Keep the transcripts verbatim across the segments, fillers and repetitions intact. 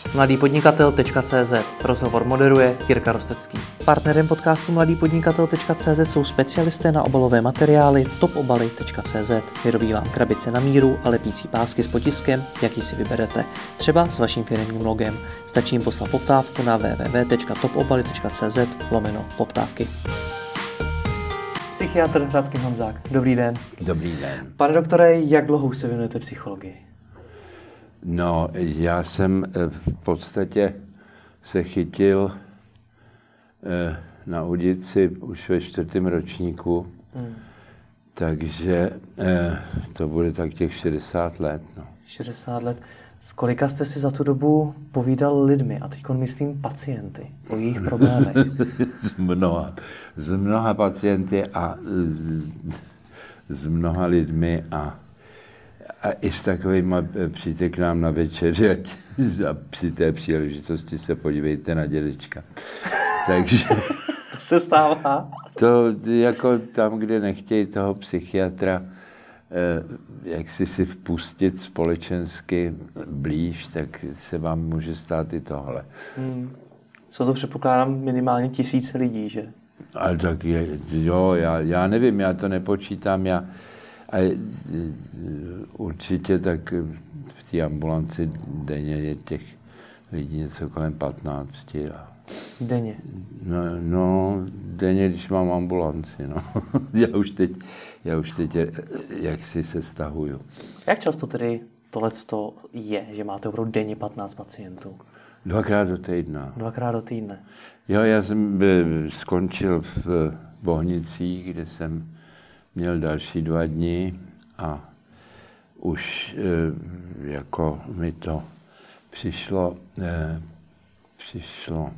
mladý podnikatel tečka cé zet. Rozhovor moderuje Jirka Rostecký. Partnerem podcastu mladý podnikatel tečka cé zet jsou specialisté na obalové materiály top obaly tečka cé zet. Vyrobí vám krabice na míru a lepící pásky s potiskem, jaký si vyberete. Třeba s vaším firemním logem. Stačí jim poslat poptávku na w w w tečka top obaly tečka cé zet lomeno poptávky. Psychiatr Radkim Honzák. Dobrý den. Dobrý den. Pane doktore, jak dlouho se věnujete psychologii? No, já jsem v podstatě se chytil na ulici už ve čtvrtém ročníku, hmm. takže to bude tak těch šedesát let. No. šedesát let. Z kolika jste si za tu dobu povídal lidmi, a teď myslím pacienty, o jejich problémech? z mnoha. Z mnoha pacienty a s mnoha lidmi a, a i s takovými přijďte k nám na večeři a při té příležitosti se podívejte na dědečka. Takže... To se stává? To jako tam, kde nechtějí toho psychiatra, jak si si vpustit společensky blíž, tak se vám může stát i tohle. Hmm. Co to předpokládám minimálně tisíce lidí, že? Ale tak je, jo, já, já nevím, já to nepočítám, já a určitě tak v té ambulanci denně je těch lidí něco kolem patnácti. A, denně? No, no, denně, když mám ambulanci, no. já už teď, já už teď jak si se stahuju. Jak často tedy tohleto je, že máte opravdu denně patnáct pacientů? Dvakrát do týdne. Dvakrát do týdne. Jo, já jsem skončil v Bohnicích, kde jsem měl další dva dny a už jako mi to přišlo, přišlo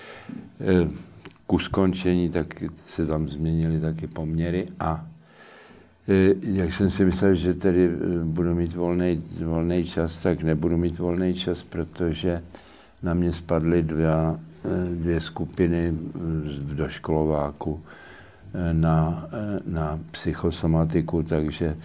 ku skončení, tak se tam změnily taky poměry a jak jsem si myslel, že tedy budu mít volný, volný čas, tak nebudu mít volný čas, protože na mě spadly dvě, dvě skupiny v doškolováku na, na psychosomatiku, takže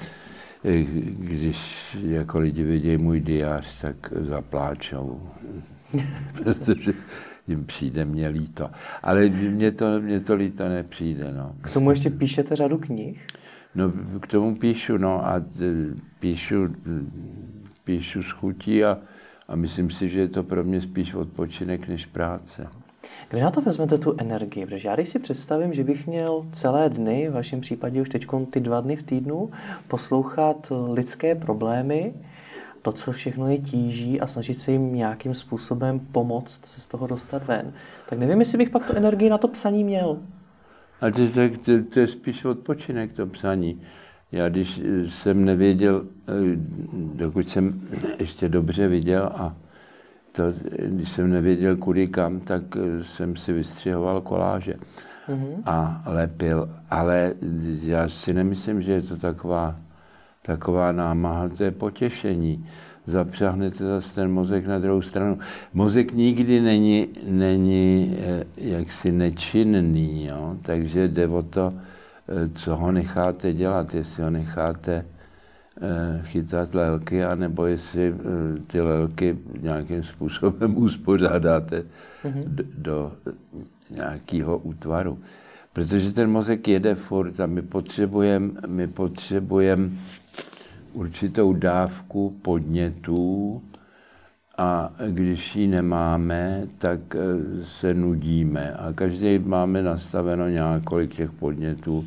když jako lidi vidějí můj diář, tak zapláčou, protože jim přijde mě líto. Ale mně to, mně to líto nepřijde. No. K tomu ještě píšete řadu knih? No, k tomu píšu, no, a píšu, píšu s chutí a, a myslím si, že je to pro mě spíš odpočinek než práce. Kde na to vezmete tu energii? Protože já když si představím, že bych měl celé dny, v vašem případě už teď ty dva dny v týdnu, poslouchat lidské problémy, to, co všechno je tíží a snažit se jim nějakým způsobem pomoct se z toho dostat ven, tak nevím, jestli bych pak tu energii na to psaní měl. Ale to, to, to, to je spíš odpočinek, to psaní. Já když jsem nevěděl, dokud jsem ještě dobře viděl a to, když jsem nevěděl kudy kam, tak jsem si vystřihoval koláže mm-hmm. a lepil. Ale já si nemyslím, že je to taková, taková námaha, to je potěšení. Zapřáhnete zase ten mozek na druhou stranu. Mozek nikdy není, není jaksi nečinný, jo? Takže jde o to, co ho necháte dělat, jestli ho necháte chytat lelky, anebo jestli ty lelky nějakým způsobem uspořádáte mm-hmm. do, do nějakého útvaru. Protože ten mozek jede furt a my potřebujeme my potřebujem určitou dávku podnětů a když ji nemáme, tak se nudíme a každý máme nastaveno několik těch podnětů.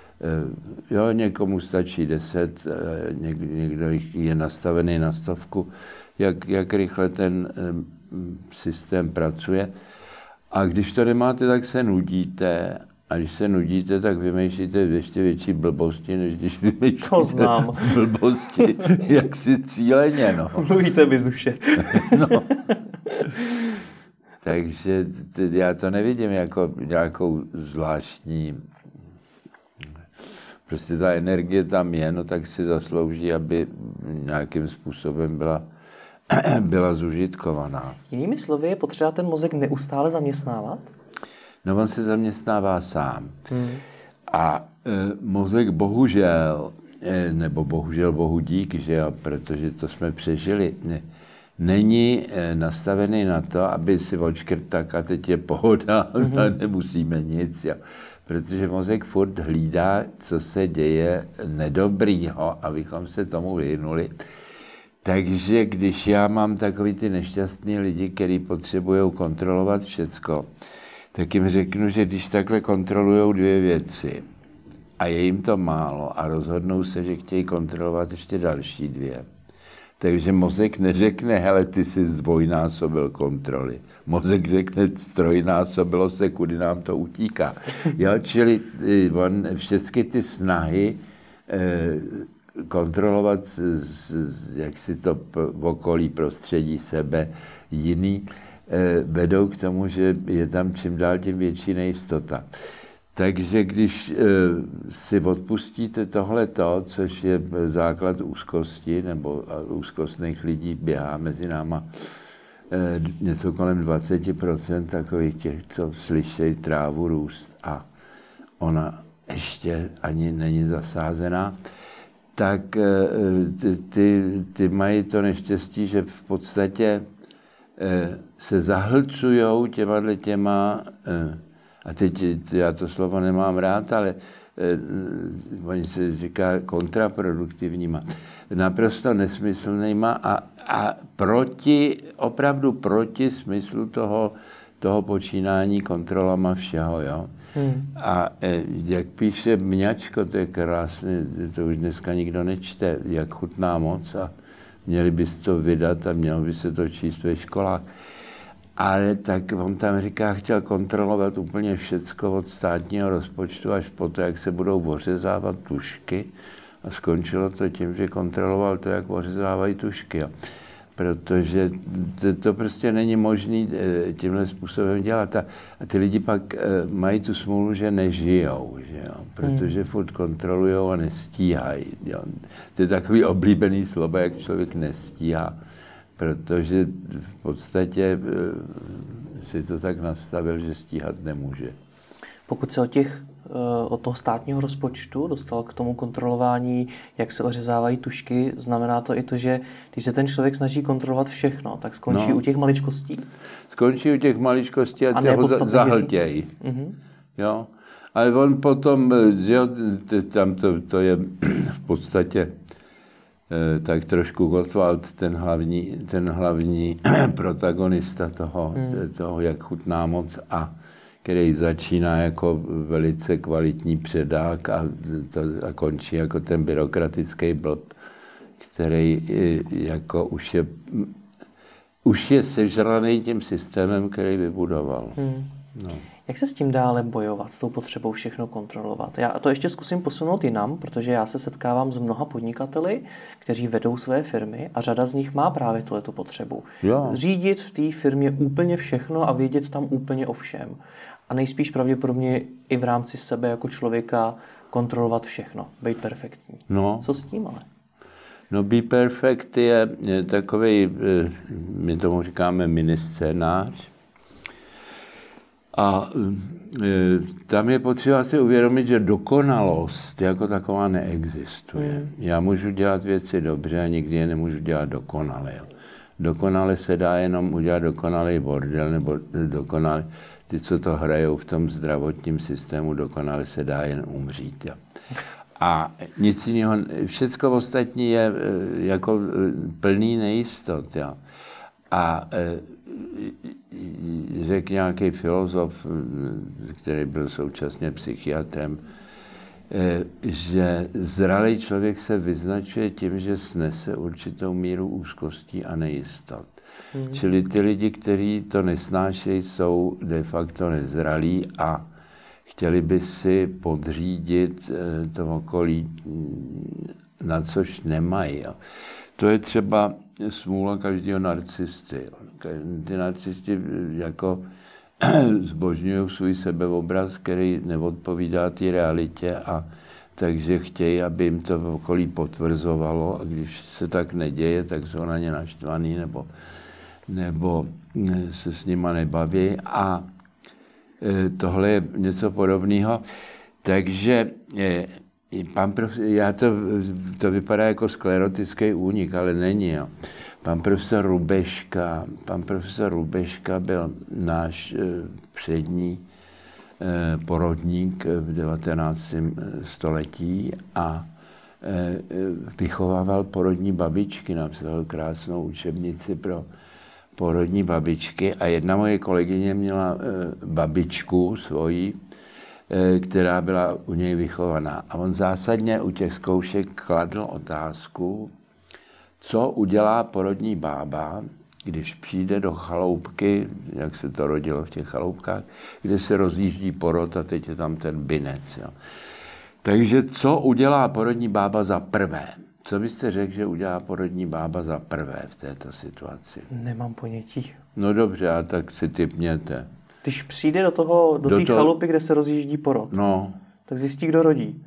Jo, někomu stačí deset, někdo je nastavený na stovku, jak, jak rychle ten systém pracuje. A když to nemáte, tak se nudíte. A když se nudíte, tak vymýšlíte ještě větší blbosti, než když vymýšlíte to znám. blbosti, jak si cíleně, no. Mluvíte bez duše. No. Takže já to nevidím jako nějakou zvláštní... Prostě ta energie tam je, no tak si zaslouží, aby nějakým způsobem byla, byla zužitkovaná. Jinými slovy, je potřeba ten mozek neustále zaměstnávat? No on se zaměstnává sám. Hmm. A e, mozek bohužel, e, nebo bohužel bohu dík, že jo, protože to jsme přežili, ne, není nastavený na to, aby si odškrt tak a teď je pohoda, mm-hmm. a nemusíme nic. Jo. Protože mozek furt hlídá, co se děje nedobrýho, abychom se tomu vyhnuli. Takže když já mám takový ty nešťastný lidi, kteří potřebují kontrolovat všecko, tak jim řeknu, že když takhle kontrolují dvě věci a je jim to málo a rozhodnou se, že chtějí kontrolovat ještě další dvě, takže mozek neřekne, hele, ty jsi zdvojnásobil kontroly. Mozek řekne, trojnásobilo se, kudy nám to utíká. Jo, čili on, všechny ty snahy eh, kontrolovat, z, z, jak si to v okolí prostředí sebe jiný, eh, vedou k tomu, že je tam čím dál tím větší nejistota. Takže když e, si odpustíte tohleto, což je základ úzkosti, nebo úzkostných lidí běhá mezi náma e, něco kolem dvacet procent takových těch, co slyšejí trávu růst a ona ještě ani není zasázená, tak e, ty, ty, ty mají to neštěstí, že v podstatě e, se zahlcujou těma těma e, a teď já to slovo nemám rád, ale eh, oni se říká kontraproduktivníma, naprosto nesmyslnýma a, a proti, opravdu proti smyslu toho, toho počínání kontrolama všeho. Jo? Hmm. A eh, jak píše Mňačko, to je krásné, to už dneska nikdo nečte, jak chutná moc a měli by se to vydat a mělo by se to číst ve školách. Ale tak on tam říká, chtěl kontrolovat úplně všecko od státního rozpočtu až po to, jak se budou ořezávat tušky. A skončilo to tím, že kontroloval to, jak ořezávají tušky. Jo. Protože to, to prostě není možné tímhle způsobem dělat. A, a ty lidi pak mají tu smůlu, že nežijou, že jo? Protože hmm. furt kontrolujou a nestíhají. Jo. To je takový oblíbený slovo, jak člověk nestíhá. Protože v podstatě si to tak nastavil, že stíhat nemůže. Pokud se od, těch, od toho státního rozpočtu dostal k tomu kontrolování, jak se ořezávají tušky, znamená to i to, že když se ten člověk snaží kontrolovat všechno, tak skončí no. u těch maličkostí? Skončí u těch maličkostí a, a ty ho zahltějí. Mm-hmm. Jo? Ale on potom, jo, tam to, to je v podstatě tak trošku Gottwald, ten hlavní, ten hlavní protagonista toho, hmm. toho, jak chutná moc a který začíná jako velice kvalitní předák a, to, a končí jako ten byrokratický blb, který jako už je, už je sežraný tím systémem, který vybudoval. Hmm. No. Jak se s tím dále bojovat, s tou potřebou všechno kontrolovat? Já to ještě zkusím posunout jinam, protože já se setkávám s mnoha podnikateli, kteří vedou své firmy a řada z nich má právě tuhletu potřebu. Jo. Řídit v té firmě úplně všechno a vědět tam úplně o všem. A nejspíš pravděpodobně i v rámci sebe jako člověka kontrolovat všechno, být perfektní. No. Co s tím ale? No Be Perfect je, je takový, my tomu říkáme miniscénář. A e, tam je potřeba si uvědomit, že dokonalost jako taková neexistuje. Mm. Já můžu dělat věci dobře a nikdy je nemůžu dělat dokonale. Jo. Dokonale se dá jenom udělat dokonalý bordel, nebo dokonale, ty, co to hrajou v tom zdravotním systému, dokonale se dá jen umřít. Jo. A nic jiného, všecko ostatní je e, jako plný nejistot. Jo. A e, řekl nějaký filozof, který byl současně psychiatrem, že zralý člověk se vyznačuje tím, že snese určitou míru úzkostí a nejistot. Mm. Čili ty lidi, kteří to nesnášejí, jsou de facto nezralí a chtěli by si podřídit to okolí, na což nemají. To je třeba smůla každého narcisty. Ty narcisti jako zbožňují svůj sebeobraz, který neodpovídá té realitě a takže chtějí, aby jim to v okolí potvrzovalo a když se tak neděje, tak jsou na ně naštvaný nebo, nebo se s nima nebaví a tohle je něco podobného. Takže pan profesor, já to, to vypadá jako sklerotický únik, ale není. Jo. Pan profesor Rubeška, pan profesor Rubeška byl náš e, přední e, porodník v devatenáctém století a e, vychovával porodní babičky, napsal krásnou učebnici pro porodní babičky a jedna moje kolegyně měla e, babičku svoji, e, která byla u něj vychovaná. A on zásadně u těch zkoušek kladl otázku, co udělá porodní bába, když přijde do chaloupky, jak se to rodilo v těch chaloupkách, kde se rozjíždí porod a teď je tam ten binec. Jo. Takže co udělá porodní bába za prvé? Co byste řekl, že udělá porodní bába za prvé v této situaci? Nemám ponětí. No dobře, a tak si tipněte. Když přijde do toho, do, do té toho... chalupy, kde se rozjíždí porod, no. tak zjistí, kdo rodí.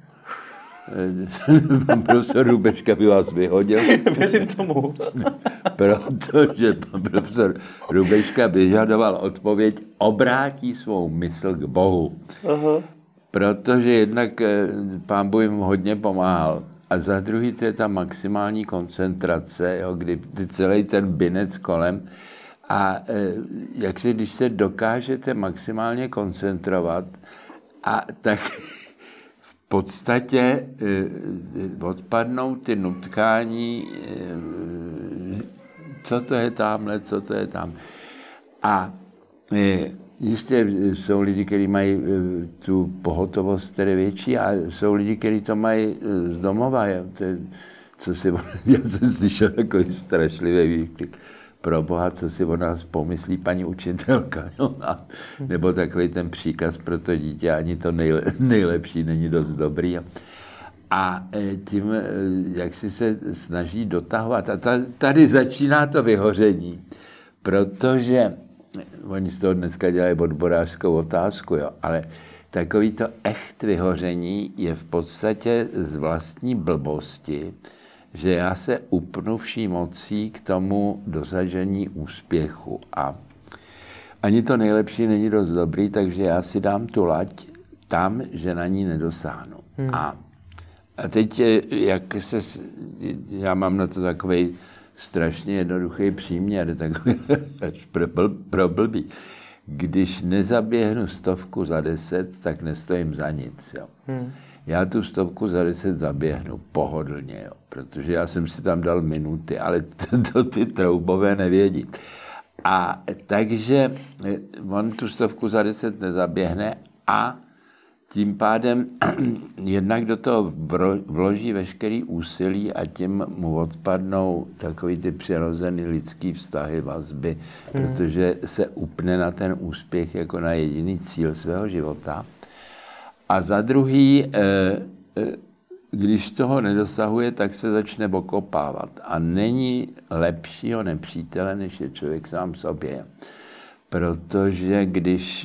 Pan profesor Rubeška by vás vyhodil. Věřím tomu. Protože pan profesor Rubeška vyžadoval odpověď, obrátí svou mysl k Bohu. Aha. Protože jednak pán Bůh jim hodně pomáhal. A za druhý to je ta maximální koncentrace, jo, kdy celý ten binec kolem. A jak si, když se dokážete maximálně koncentrovat, a tak v podstatě odpadnou ty nutkání, co to je tamhle, co to je tam. A jistě jsou lidi, kteří mají tu pohotovost, které větší, a jsou lidi, kteří to mají z domova. To je, co si, já jsem slyšel takový strašlivý výklik. Pro Boha, co si o nás pomyslí paní učitelka. No, a, nebo takový ten příkaz pro to dítě, ani to nejle, nejlepší není dost dobrý. A tím, jak si se snaží dotahovat. A tady začíná to vyhoření, protože oni z toho dneska dělají odborářskou otázku, jo, ale takový to echt vyhoření je v podstatě z vlastní blbosti, že já se upnu vší mocí k tomu dosažení úspěchu. A ani to nejlepší není dost dobrý, takže já si dám tu lať tam, že na ní nedosáhnu. Hmm. A, a teď, jak se, já mám na to takovej strašně jednoduchý příměr, takový až pro, pro blbý. Když nezaběhnu stovku za deset, tak nestojím za nic. Jo. Hmm. Já tu stovku za deset zaběhnu pohodlně, jo, protože já jsem si tam dal minuty, ale to, to ty troubové nevědí. A takže on tu stovku za deset nezaběhne a tím pádem jednak do toho vloží veškerý úsilí a tím mu odpadnou takový ty přirozený lidský vztahy, vazby, hmm. protože se upne na ten úspěch jako na jediný cíl svého života. A za druhý, když toho nedosahuje, tak se začne okopávat. A není lepšího nepřítele, než je člověk sám sobě. Protože když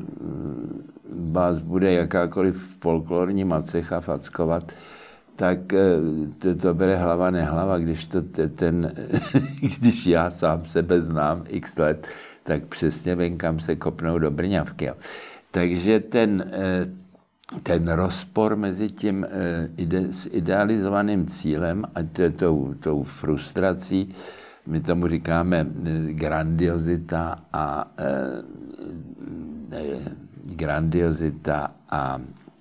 vás bude jakákoliv folklorní macecha fackovat, tak to, to bere hlava nehlava. Když, to, ten, když já sám sebe znám x let, tak přesně vím, kam se kopnou do brňavky. Takže ten... ten rozpor mezi tím ide, idealizovaným cílem a tou, tou frustrací, my tomu říkáme grandiozita a eh, grandiozita a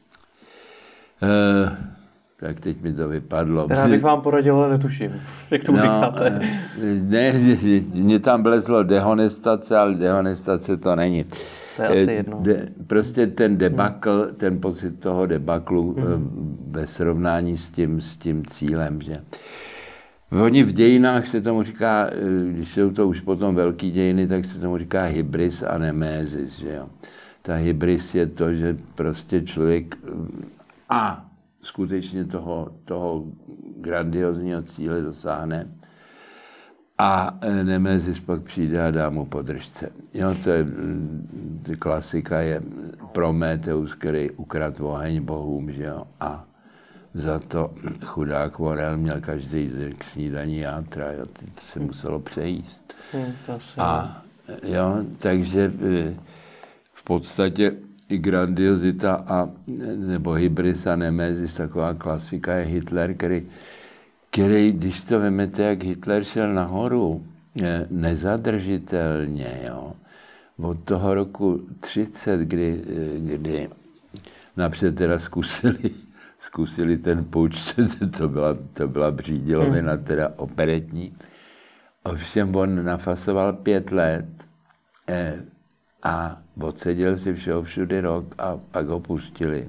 eh, tak teď mi to vypadlo. Já bych vám poradil, ale netuším, jak tomu no, říkáte. Ne, mě tam blezlo dehonestace, ale dehonestace to není. To je asi jedno. De, prostě ten debakl, hmm. ten pocit toho debaklu hmm. ve srovnání s tím, s tím cílem, že oni v dějinách se tomu říká, když jsou to už potom velký dějiny, tak se tomu říká hybris a nemézis, že jo. Ta hybris je to, že prostě člověk a skutečně toho, toho grandiozního cíle dosáhne, a Nemézis pak přijde a dá mu podržce. Jo, to je, klasika je Prometeus, který ukradl oheň bohům, že jo, a za to chudák Vorel měl každý den k snídaní játra, jo, to se muselo přejíst. Hmm, a jo, takže v podstatě, i grandiozita a nebo hybris a nemezis, taková klasika je Hitler, který, který, když to vemete, jak Hitler šel nahoru, nezadržitelně, jo. Od toho roku třicet, kdy, kdy napřed teda zkusili, zkusili ten puč, to byla, to byla Břídilovina, teda operetní. Ovšem on nafasoval pět let eh, a odseděl si všeho všudy rok a pak ho pustili.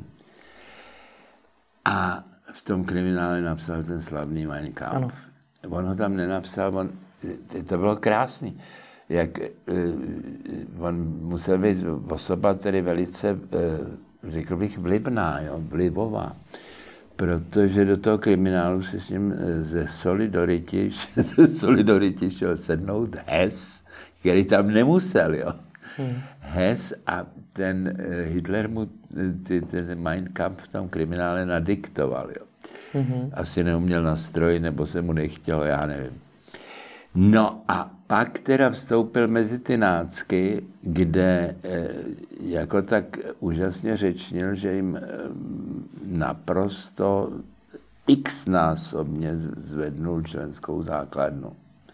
A v tom kriminále napsal ten slavný Mein Kampf. Ano. On ho tam nenapsal, on, to bylo krásný. Jak, eh, on musel být osoba tedy velice, eh, řekl bych, vlivná, jo, vlivová. Protože do toho kriminálu se s ním ze Solidarity, ze Solidarity šel sednout Hess, který tam nemusel, jo. Hmm. Hess a ten Hitler mu ty, ten Mein Kampf v tom kriminále nadiktoval, jo. Hmm. Asi neuměl na stroj, nebo se mu nechtělo, já nevím. No a pak teda vstoupil mezi ty nácky, kde e, jako tak úžasně řečnil, že jim e, naprosto x-násobně zvednul členskou základnu.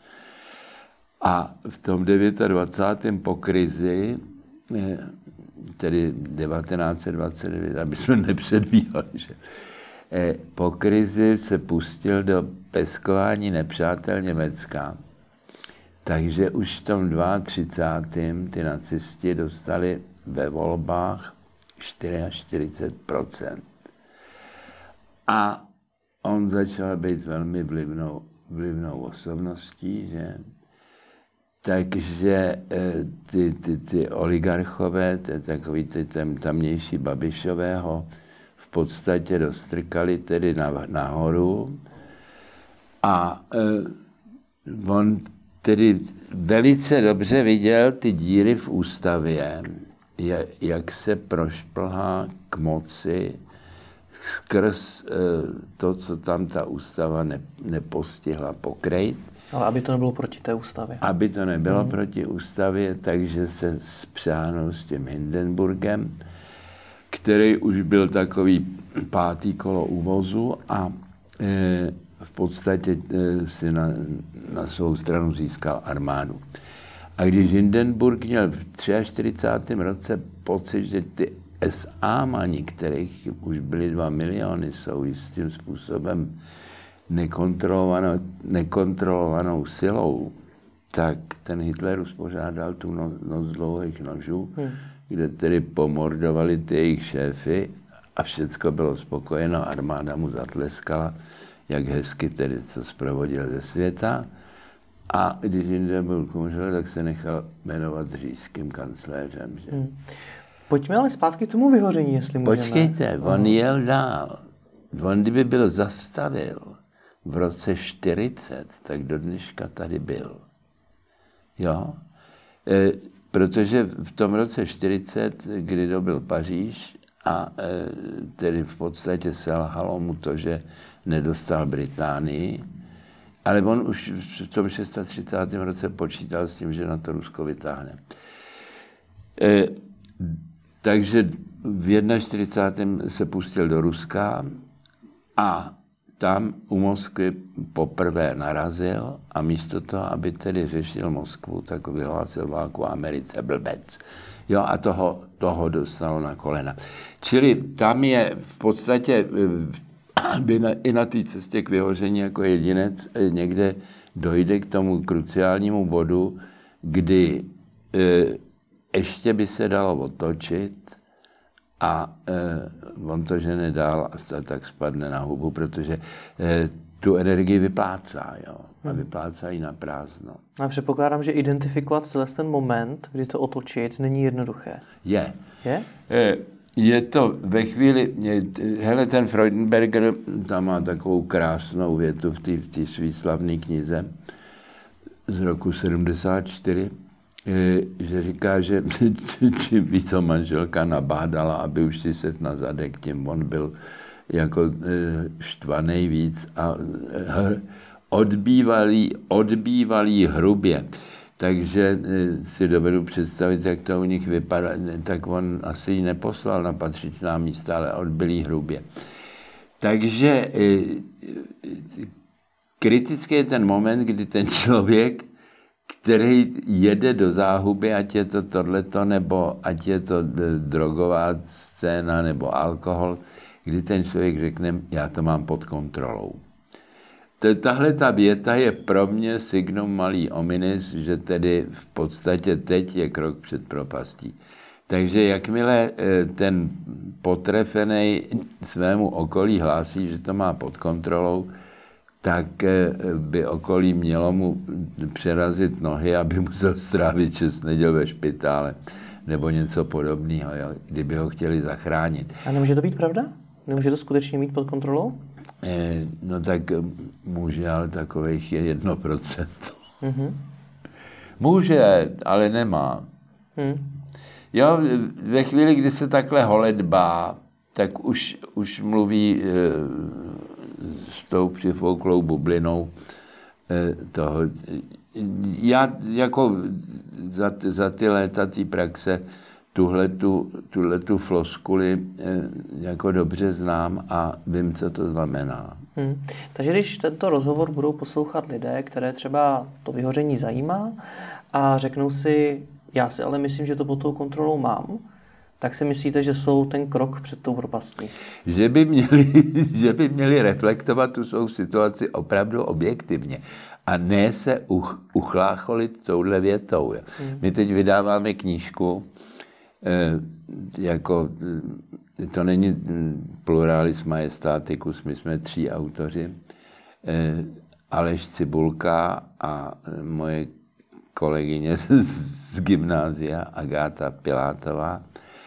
A v tom dvacátém devátém po krizi, e, tedy devatenáct set dvacet devět, aby jsme nepředbíhali, že e, po krizi se pustil do peskování nepřátel Německa. Takže už v tom třicátém druhém ty nacisti dostali ve volbách čtyřicet čtyři procent. A on začal být velmi vlivnou, vlivnou osobností, že? Takže ty, ty, ty oligarchové, ty, takový ty tam, tamnější Babišového v podstatě dostrkali tedy nahoru a eh, on tedy velice dobře viděl ty díry v ústavě, jak se prošplhá k moci skrz to, co tam ta ústava nepostihla pokrýt. Ale aby to nebylo proti té ústavě. Aby to nebylo hmm. proti ústavě, takže se spřáhnul s tím Hindenburgem, který už byl takový pátý kolo úvozu a e, v podstatě si na, na svou stranu získal armádu. A když Hindenburg měl v čtyřicátém třetím roce pocit, že ty es á mani, kterých už byly dva miliony, jsou jistým způsobem nekontrolovanou, nekontrolovanou silou, tak ten Hitler uspořádal tu no, noc dlouhých nožů, hmm. kde tedy pomordovali ty jejich šéfy a všecko bylo spokojeno, armáda mu zatleskala, jak hezky tedy co zprovodil ze světa. A když Hindenburg umřel, tak se nechal jmenovat říšským kancléřem. Že? Hmm. Pojďme ale zpátky k tomu vyhoření, jestli můžeme. Počkejte, on jel dál. On kdyby byl zastavil v roce čtyřicet, tak do dneška tady byl. Jo? E, protože v tom roce čtyřicet, kdy dobyl Paříž a e, tedy v podstatě selhalo mu to, že nedostal Británii, ale on už v tom třicátém šestém roce počítal s tím, že na to Rusko vytáhne. E, takže v čtyřicátém prvním se pustil do Ruska a tam u Moskvy poprvé narazil a místo toho, aby tedy řešil Moskvu, tak vyhlásil válku Americe, blbec. Jo, a toho, toho dostalo na kolena. Čili tam je v podstatě by na, i na té cestě k vyhoření jako jedinec někde dojde k tomu kruciálnímu bodu, kdy e, ještě by se dalo otočit a e, on to žene dál a tak spadne na hubu, protože e, tu energii vyplácá, jo, a vyplácá ji na prázdno. A předpokládám, že identifikovat ten moment, kdy to otočit, není jednoduché. Je. Je? E, Je to ve chvíli, hele, ten Freudenberger tam má takovou krásnou větu v té své slavné knize z roku sedmdesát čtyři, že říká, že čím víc ho manželka nabádala, aby už si set na zadek, tím on byl jako štvanej víc a odbývalý, odbývalý hrubě. takže si dovedu představit, jak to u nich vypadá. Tak on asi ji neposlal na patřičná místa, ale odbyl jí hrubě. Takže kritický je ten moment, kdy ten člověk, který jede do záhuby, ať je to tohleto, nebo ať je to drogová scéna, nebo alkohol, kdy ten člověk řekne, já to mám pod kontrolou. Tahle ta věta je pro mě signum malý ominis, že tedy v podstatě teď je krok před propastí. Takže jakmile ten potrefený svému okolí hlásí, že to má pod kontrolou, tak by okolí mělo mu přerazit nohy, aby musel strávit šest neděl ve špitále nebo něco podobného, kdyby ho chtěli zachránit. A nemůže to být pravda? Nemůže to skutečně mít pod kontrolou? Eh, no tak může, ale takových je jedno procento. Mm-hmm. Může, ale nemá. Mm. Jo, ve chvíli, kdy se takhle holedbá, tak už, už mluví e, s tou přifouklou bublinou e, toho. Já jako za, za ty léta té praxe tuhletu, tuhletu floskuli e, jako dobře znám a vím, co to znamená. Hmm. Takže když tento rozhovor budou poslouchat lidé, které třeba to vyhoření zajímá a řeknou si, já si ale myslím, že to pod tou kontrolou mám, tak si myslíte, že jsou ten krok před tou propastí? Že by měli, že by měli reflektovat tu svou situaci opravdu objektivně a ne se uch, uchlácholit touhle větou. Hmm. My teď vydáváme knížku, eh, jako, to není pluralis majestaticus, my jsme tři autoři, eh, Aleš Cibulka a moje kolegyně z gymnázia Agáta Pilátová.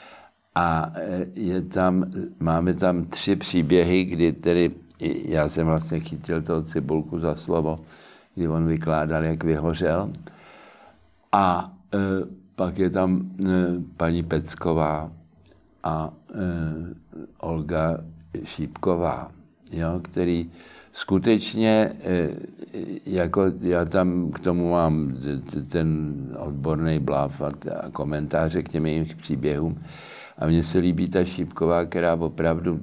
A je tam, máme tam tři příběhy, kdy tedy já jsem vlastně chytil toho Cibulku za slovo, kdy on vykládal, jak vyhořel. A e, pak je tam e, paní Pecková a e, Olga Šípková, jo, který skutečně, jako já tam k tomu mám ten odborný bláv a komentáře k těm jejich příběhům. A mně se líbí ta Šípková, která opravdu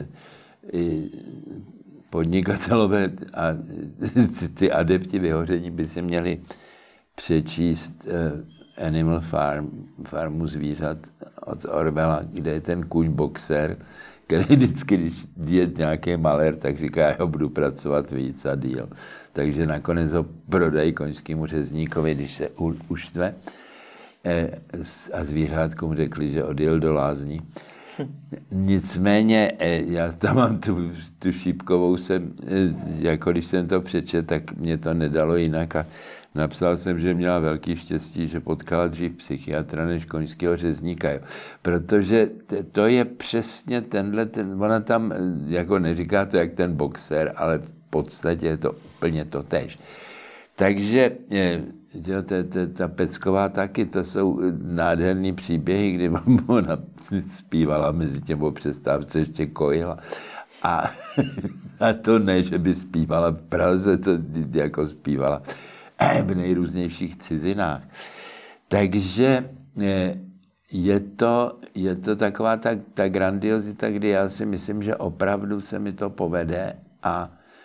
podnikatelové a ty adepti vyhoření by si měli přečíst Animal Farm, farmu zvířat od Orwella, kde je ten kůň boxer, který vždycky, když je nějaký malér, tak říká, já budu pracovat víc a díl. Takže nakonec ho prodají koňskému řezníkovi, když se u, uštve. E, a zvířátkům řekli, že odjel do lázní. Nicméně, e, já tam mám tu, tu Šípkovou, jsem, e, jako když jsem to přečetl, tak mě to nedalo jinak a napsal jsem, že měla velký štěstí, že potkala dřív psychiatra než koňského řezníka. Jo. Protože to je přesně tenhle, ten, ona tam jako neříká to jak ten boxer, ale v podstatě je to úplně totéž. Takže jo, ta, ta, ta Pecková taky, to jsou nádherný příběhy, kdy ona zpívala mezi těm o přestávce, ještě kojila. A, a to ne, že by zpívala v Praze, to jako zpívala v nejrůznějších cizinách. Takže je to, je to taková ta, ta grandiozita, kdy já si myslím, že opravdu se mi to povede a,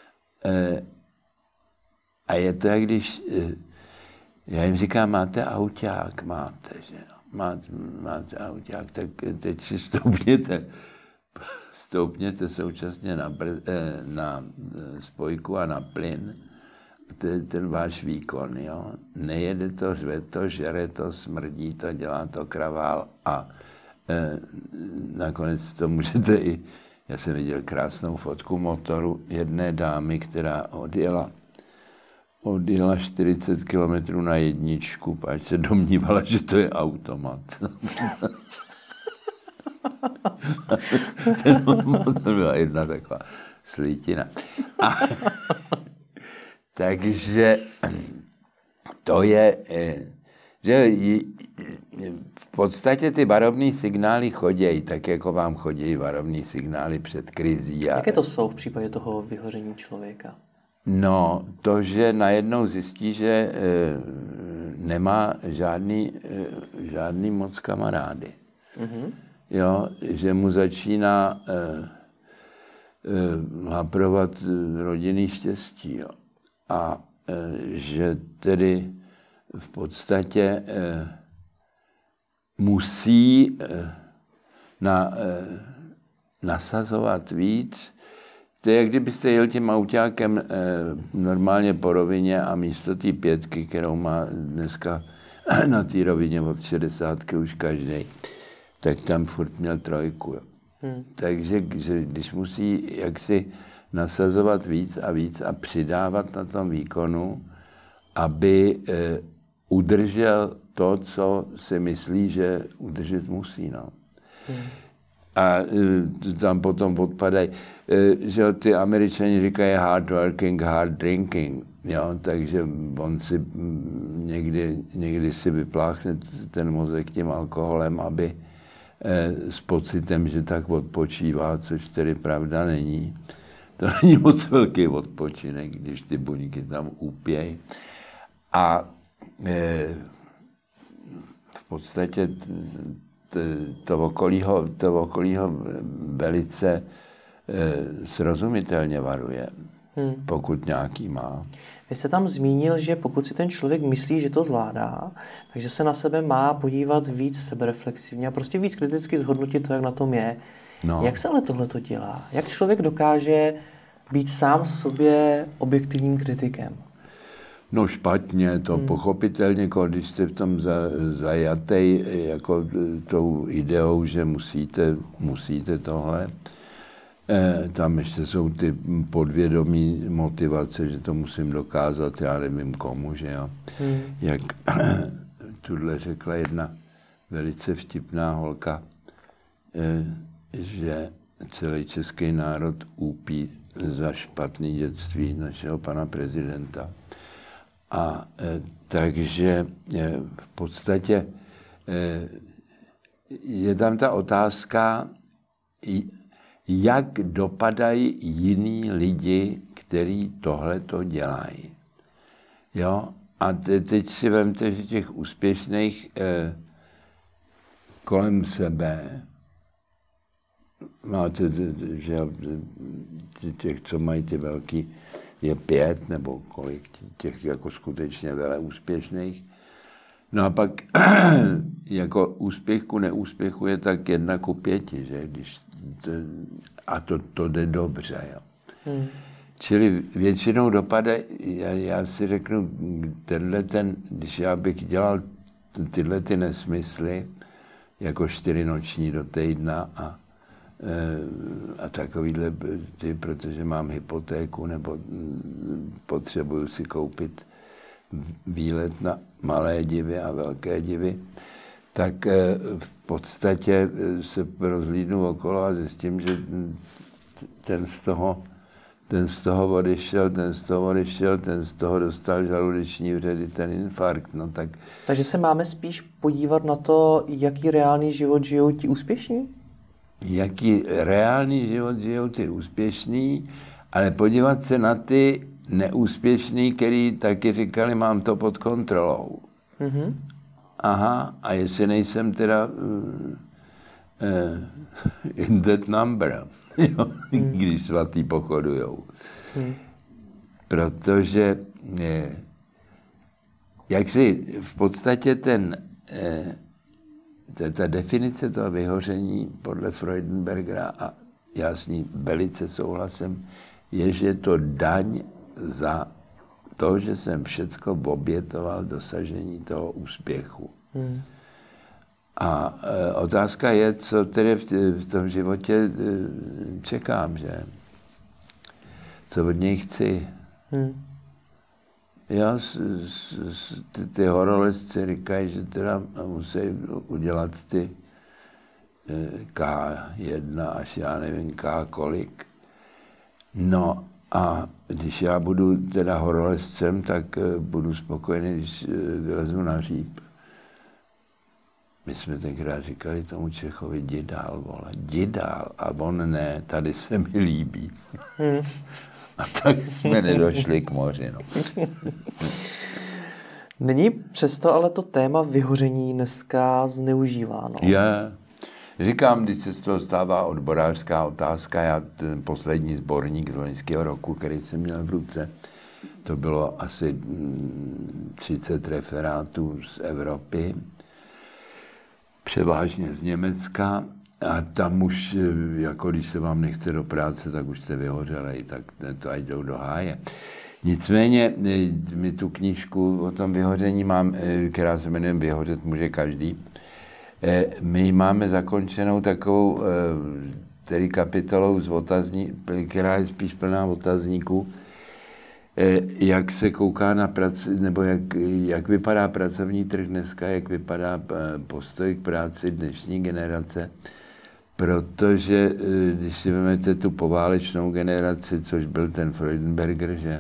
a je to, jak když, já jim říkám, máte auťák, máte, že máte, máte auťák, tak teď si stoupněte, stoupněte současně na, na spojku a na plyn, ten váš výkon, jo. Nejede to, řve to, žere to, smrdí to, dělá to kravál a e, nakonec to můžete i, já jsem viděl krásnou fotku motoru jedné dámy, která odjela, odjela čtyřicet kilometrů na jedničku, páč se domnívala, že to je automat. Ten motor byla jedna taková slítina. A, takže to je, že v podstatě ty varovné signály chodějí, tak jako vám chodí varovné signály před krizí. A... Jaké to jsou v případě toho vyhoření člověka? No, to, že najednou zjistí, že e, nemá žádný, e, žádný moc kamarády. Mm-hmm. Jo, že mu začíná e, e, haprovat rodinný štěstí. Jo. A e, že tedy v podstatě e, musí e, na, e, nasazovat víc. To je, jak kdybyste jel tím autákem e, normálně po rovině a místo té pětky, kterou má dneska na té rovině od šedesátky už každý, tak tam furt měl trojku. Jo. Hmm. Takže že, když musí jaksi nasazovat víc a víc a přidávat na tom výkonu, aby e, udržel to, co si myslí, že udržet musí. No. Hmm. A e, tam potom odpadají, e, že ty Američani říkají hard working, hard drinking, jo, takže on si někdy, někdy si vypláchne ten mozek tím alkoholem, aby e, s pocitem, že tak odpočívá, což tedy pravda není. To není moc velký odpočinek, když ty buňky tam úpějí. A e, v podstatě t, To okolího, to okolího velice e, srozumitelně varuje, hmm. pokud nějaký má. Vy jste tam zmínil, že pokud si ten člověk myslí, že to zvládá, takže se na sebe má podívat víc sebereflexivně a prostě víc kriticky zhodnotit to, jak na tom je. No. Jak se ale tohle to dělá? Jak člověk dokáže být sám sobě objektivním kritikem? No špatně, to hmm. pochopitelně, když jste v tom za, zajatej jako tou ideou, že musíte, musíte tohle. E, tam ještě jsou ty podvědomí motivace, že to musím dokázat, já nevím komu, že jo. Hmm. Jak tuhle řekla jedna velice vtipná holka, e, že celý český národ úpí za špatný dětství našeho pana prezidenta. A e, takže e, v podstatě e, je tam ta otázka, jak dopadají jiní lidi, kteří tohleto dělají. Jo? A te, teď si vemte, že těch úspěšných e, kolem sebe máte, že těch, co mají ty velký, je pět nebo kolik těch jako skutečně vele úspěšných. No a pak jako úspěch ku neúspěchu je tak jedna ku pěti, že když to, a to, to jde dobře. Jo. Hmm. Čili většinou dopade, já, já si řeknu, tenhle ten, když já bych dělal tyhle ty nesmysly, jako čtyři noční do týdna a a takovýhle, ty, protože mám hypotéku nebo potřebuju si koupit výlet na malé divy a velké divy, tak v podstatě se rozhlídnu okolo a zjistím, že ten z toho, ten z toho odešel, ten z toho odešel, ten z toho dostal žaludeční vředy, ten infarkt. No tak... Takže se máme spíš podívat na to, jaký reálný život žijou ti úspěšní? Jaký reálný život žijou ty úspěšný, ale podívat se na ty neúspěšný, který taky říkali, mám to pod kontrolou. Mm-hmm. Aha, a jestli nejsem teda uh, uh, in that number, jo, mm. když svatý pochodujou. Mm. Protože eh, jak si v podstatě ten eh, Ta, ta definice toho vyhoření podle Freudenbergera, a já s ní velice souhlasím, je, že je to daň za to, že jsem všecko obětoval dosažení toho úspěchu. Hmm. A e, otázka je, co tedy v, v tom životě e, čekám, že? Co od něj chci. Hmm. Já, s, s, s, ty, ty horolezci říkají, že teda musí udělat ty ká jedna až já nevím ká kolik. No a když já budu teda horolezcem, tak budu spokojený, když vylezu na hříb. My jsme tenkrát říkali tomu Čechovi, jdi dál, vole, jdi dál. A on ne, tady se mi líbí. Hmm. A tak jsme nedošli k moři. No. Není přesto ale to téma vyhoření dneska zneužíváno? Je. Říkám, když se z toho stává odborářská otázka, já ten poslední sborník z loňského roku, který jsem měl v ruce, to bylo asi třicet referátů z Evropy, převážně z Německa, a tam už, jako když se vám nechce do práce, tak už jste vyhořelej, tak to ať jdou do háje. Nicméně, my tu knížku o tom vyhoření mám, která se jmenuje Vyhořet může každý. My máme zakončenou takovou tedy kapitolou z otazní, která je spíš plná otazníků, jak se kouká na prac, nebo jak, jak vypadá pracovní trh dneska, jak vypadá postoj k práci dnešní generace. Protože když si vezmete tu poválečnou generaci, což byl ten Freudenberger, že,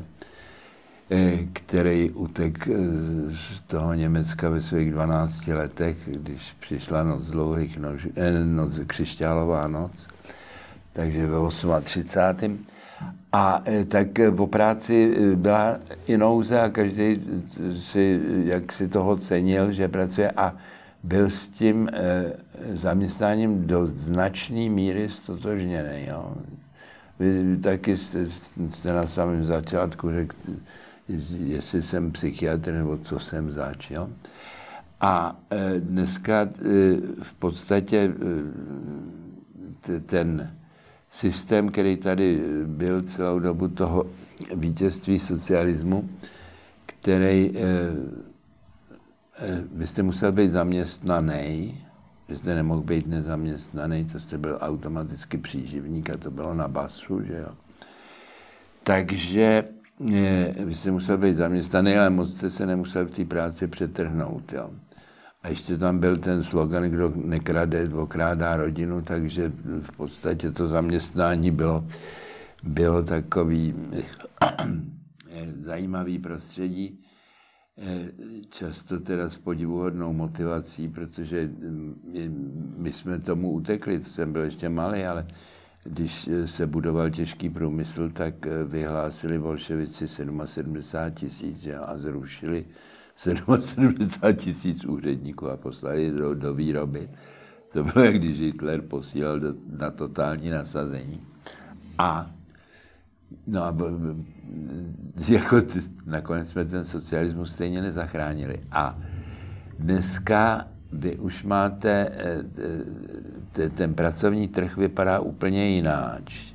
který utek z toho Německa ve svých dvanácti letech, když přišla noc dlouhých nož, eh, noc, křišťálová noc, takže ve třicátém osmém A tak po práci byla i nouze a každý si, jak si toho cenil, že pracuje, a byl s tím eh, zaměstnáním do značné míry stotožněný. Jo. Vy taky jste, jste na samém začátku řekl, jestli jsem psychiatr nebo co jsem zač. Jo. A eh, dneska eh, v podstatě eh, ten systém, který tady byl celou dobu toho vítězství socialismu, který eh, eh, byste musel být zaměstnaný, byste nemohl být nezaměstnaný, to jste byl automaticky příživník a to bylo na basu, že jo. Takže eh, byste musel být zaměstnaný, ale moc jste se nemusel v té práci přetrhnout, jo. A ještě tam byl ten slogan, kdo nekrade, okrádá rodinu, takže v podstatě to zaměstnání bylo, bylo takový zajímavý prostředí, často teda s podivuhodnou motivací, protože my jsme tomu utekli, to jsem byl ještě malý, ale když se budoval těžký průmysl, tak vyhlásili bolševici sedmdesát tisíc a zrušili sedmdesát tisíc úředníků a poslali do, do výroby. To bylo, jak když Hitler posílal do, na totální nasazení. A, no a jako ty, nakonec jsme ten socialismus stejně nezachránili. A dneska vy už máte, ten pracovní trh vypadá úplně jináč.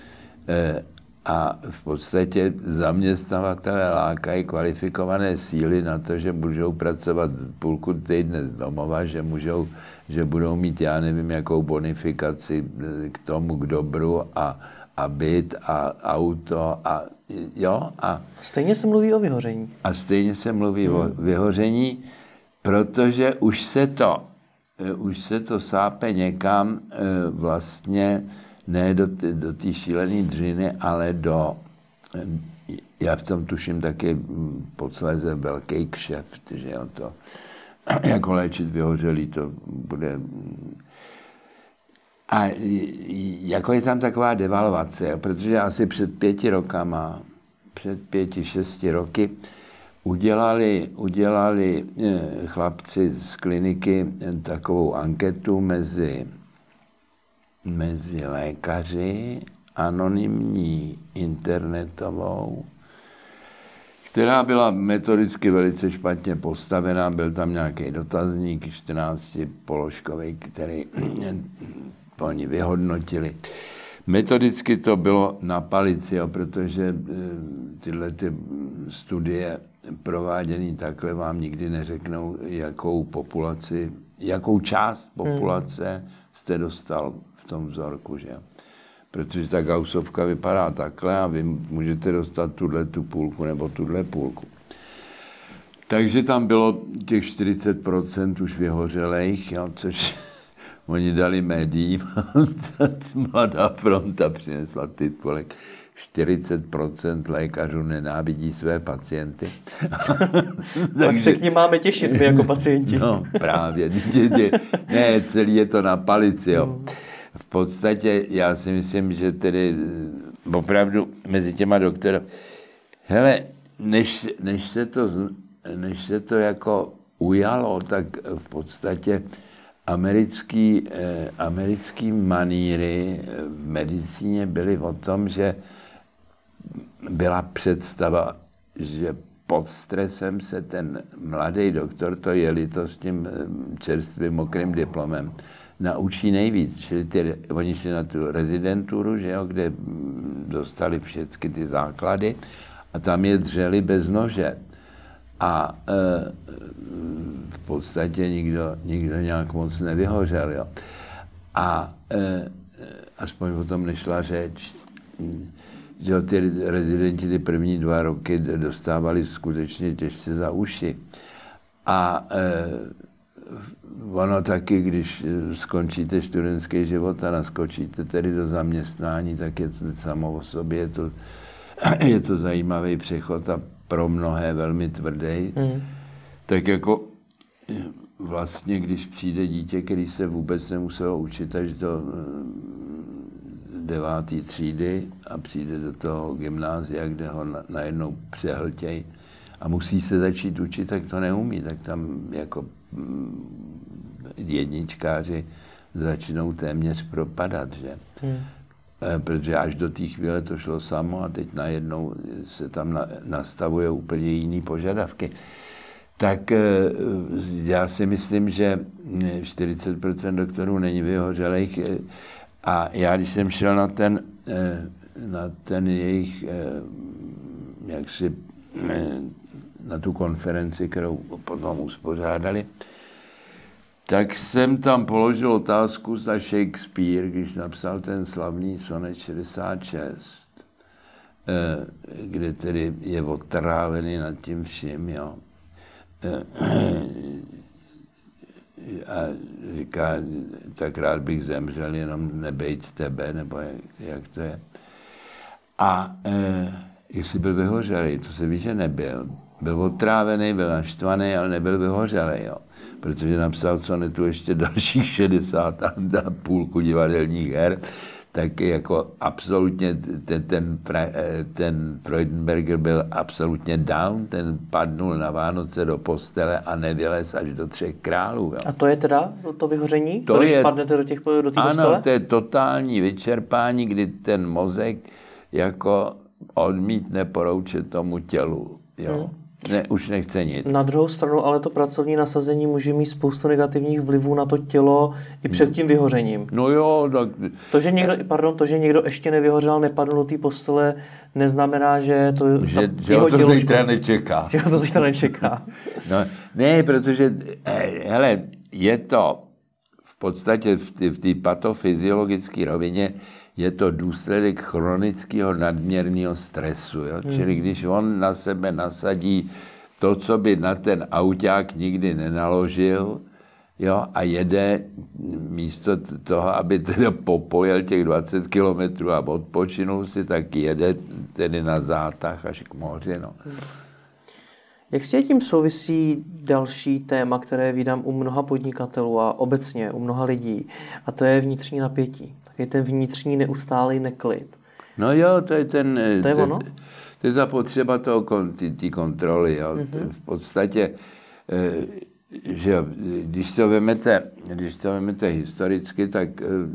A v podstatě zaměstnavatelé lákají kvalifikované síly na to, že můžou pracovat půlku týdne z domova, že, můžou, že budou mít, já nevím, jakou bonifikaci k tomu, k dobru a, a byt a auto a jo. A stejně se mluví o vyhoření. A stejně se mluví hmm. o vyhoření, protože už se to, už se to sápe někam vlastně, ne do, do té šílené dřiny, ale do, já v tom tuším taky posléze velký kšeft, že jo, to, jako léčit vyhořelý, to bude. A jako je tam taková devalvace, protože asi před pěti rokama, před pěti, šesti roky udělali, udělali chlapci z kliniky takovou anketu mezi mezi lékaři, anonymní internetovou, která byla metodicky velice špatně postavená. Byl tam nějaký dotazník čtrnáctipoložkový, který oni vyhodnotili. Metodicky to bylo na palici, jo, protože tyhle ty studie prováděné takhle vám nikdy neřeknou, jakou populaci, jakou část populace jste dostal v tom vzorku, že? Protože ta Gaussovka vypadá takhle a vy můžete dostat tuhle tu půlku nebo tuhle půlku. Takže tam bylo těch čtyřicet procent už vyhořelejch, jo, což oni dali médiím. Mladá fronta přinesla titulek. čtyřicet procent lékařů nenávidí své pacienty. Tak se k nim máme těšit, my jako pacienti. No právě. Ne, celý je to na palici. Jo. V podstatě já si myslím, že tedy opravdu mezi těma doktory. Hele, než, než, se to, než se to jako ujalo, tak v podstatě americký, eh, americký maníry v medicíně byly o tom, že byla představa, že pod stresem se ten mladý doktor, to je to s tím čerstvým mokrým diplomem, naučí nejvíc. Čili ty, oni šli na tu rezidenturu, že jo, kde dostali všechny ty základy a tam je dřeli bez nože. A e, v podstatě nikdo, nikdo nějak moc nevyhořel. Jo. A e, aspoň o tom nešla řeč. Že ty rezidenti ty první dva roky dostávali skutečně těžce za uši. A e, ono taky, když skončíte studentský život a naskočíte tedy do zaměstnání, tak je to samo o sobě, je to, je to zajímavý přechod a pro mnohé velmi tvrdý. Mm. Tak jako vlastně, když přijde dítě, který se vůbec nemuselo učit až do devátý třídy a přijde do toho gymnázia, kde ho najednou přehltěj a musí se začít učit, tak to neumí, tak tam jako jedničkáři začnou téměř propadat, že? Hmm. Protože až do té chvíle to šlo samo a teď najednou se tam nastavuje úplně jiný požadavky. Tak já si myslím, že čtyřicet procent doktorů není vyhořelých. A já, když jsem šel na ten, na ten jejich, jaksi, na tu konferenci, kterou potom uspořádali, tak jsem tam položil otázku na Shakespeare, když napsal ten slavný sonet šedesát šest, kde tedy je otrávený nad tím vším, jo. A říká, tak rád bych zemřel, jenom nebejt tebe, nebo jak, jak to je. A e, jestli byl vyhořelý, to se ví, že nebyl. Byl otrávený, byl naštvaný, ale nebyl vyhořelý, jo. Protože napsal sonetu ještě dalších šedesát a půlku divadelních her, tak jako absolutně ten, ten, ten Freudenberger byl absolutně down, ten padnul na Vánoce do postele a nevylez až do Třech králů. Jo. A to je teda to vyhoření? To když je, spadnete do těch do té ano, postele? Ano, to je totální vyčerpání, kdy ten mozek jako odmítne poroučet tomu tělu. Jo. Hmm. Ne, už nechce nic. Na druhou stranu, ale to pracovní nasazení může mít spoustu negativních vlivů na to tělo i před tím vyhořením. No jo, tak... To, že někdo, pardon, to, že někdo ještě nevyhořel, nepadl do té postele, neznamená, že to že, že ho to zítra nečeká. Že ho to zítra nečeká. No, ne, protože, hele, je to v podstatě v té patofyziologické rovině je to důsledek chronického nadměrného stresu. Jo? Hmm. Čili když on na sebe nasadí to, co by na ten auták nikdy nenaložil, jo, a jede místo toho, aby teda popojel těch dvacet kilometrů a odpočinul si, tak jede tedy na zátah až k moři. No. Hmm. Jak si tím souvisí další téma, které vídám u mnoha podnikatelů a obecně u mnoha lidí, a to je vnitřní napětí. Tak je ten vnitřní neustálý neklid. No jo, to je ten... To je ono? To je ta potřeba toho, té kontroly. Jo. Mm-hmm. V podstatě, že když to vemete, když to vemete historicky, tak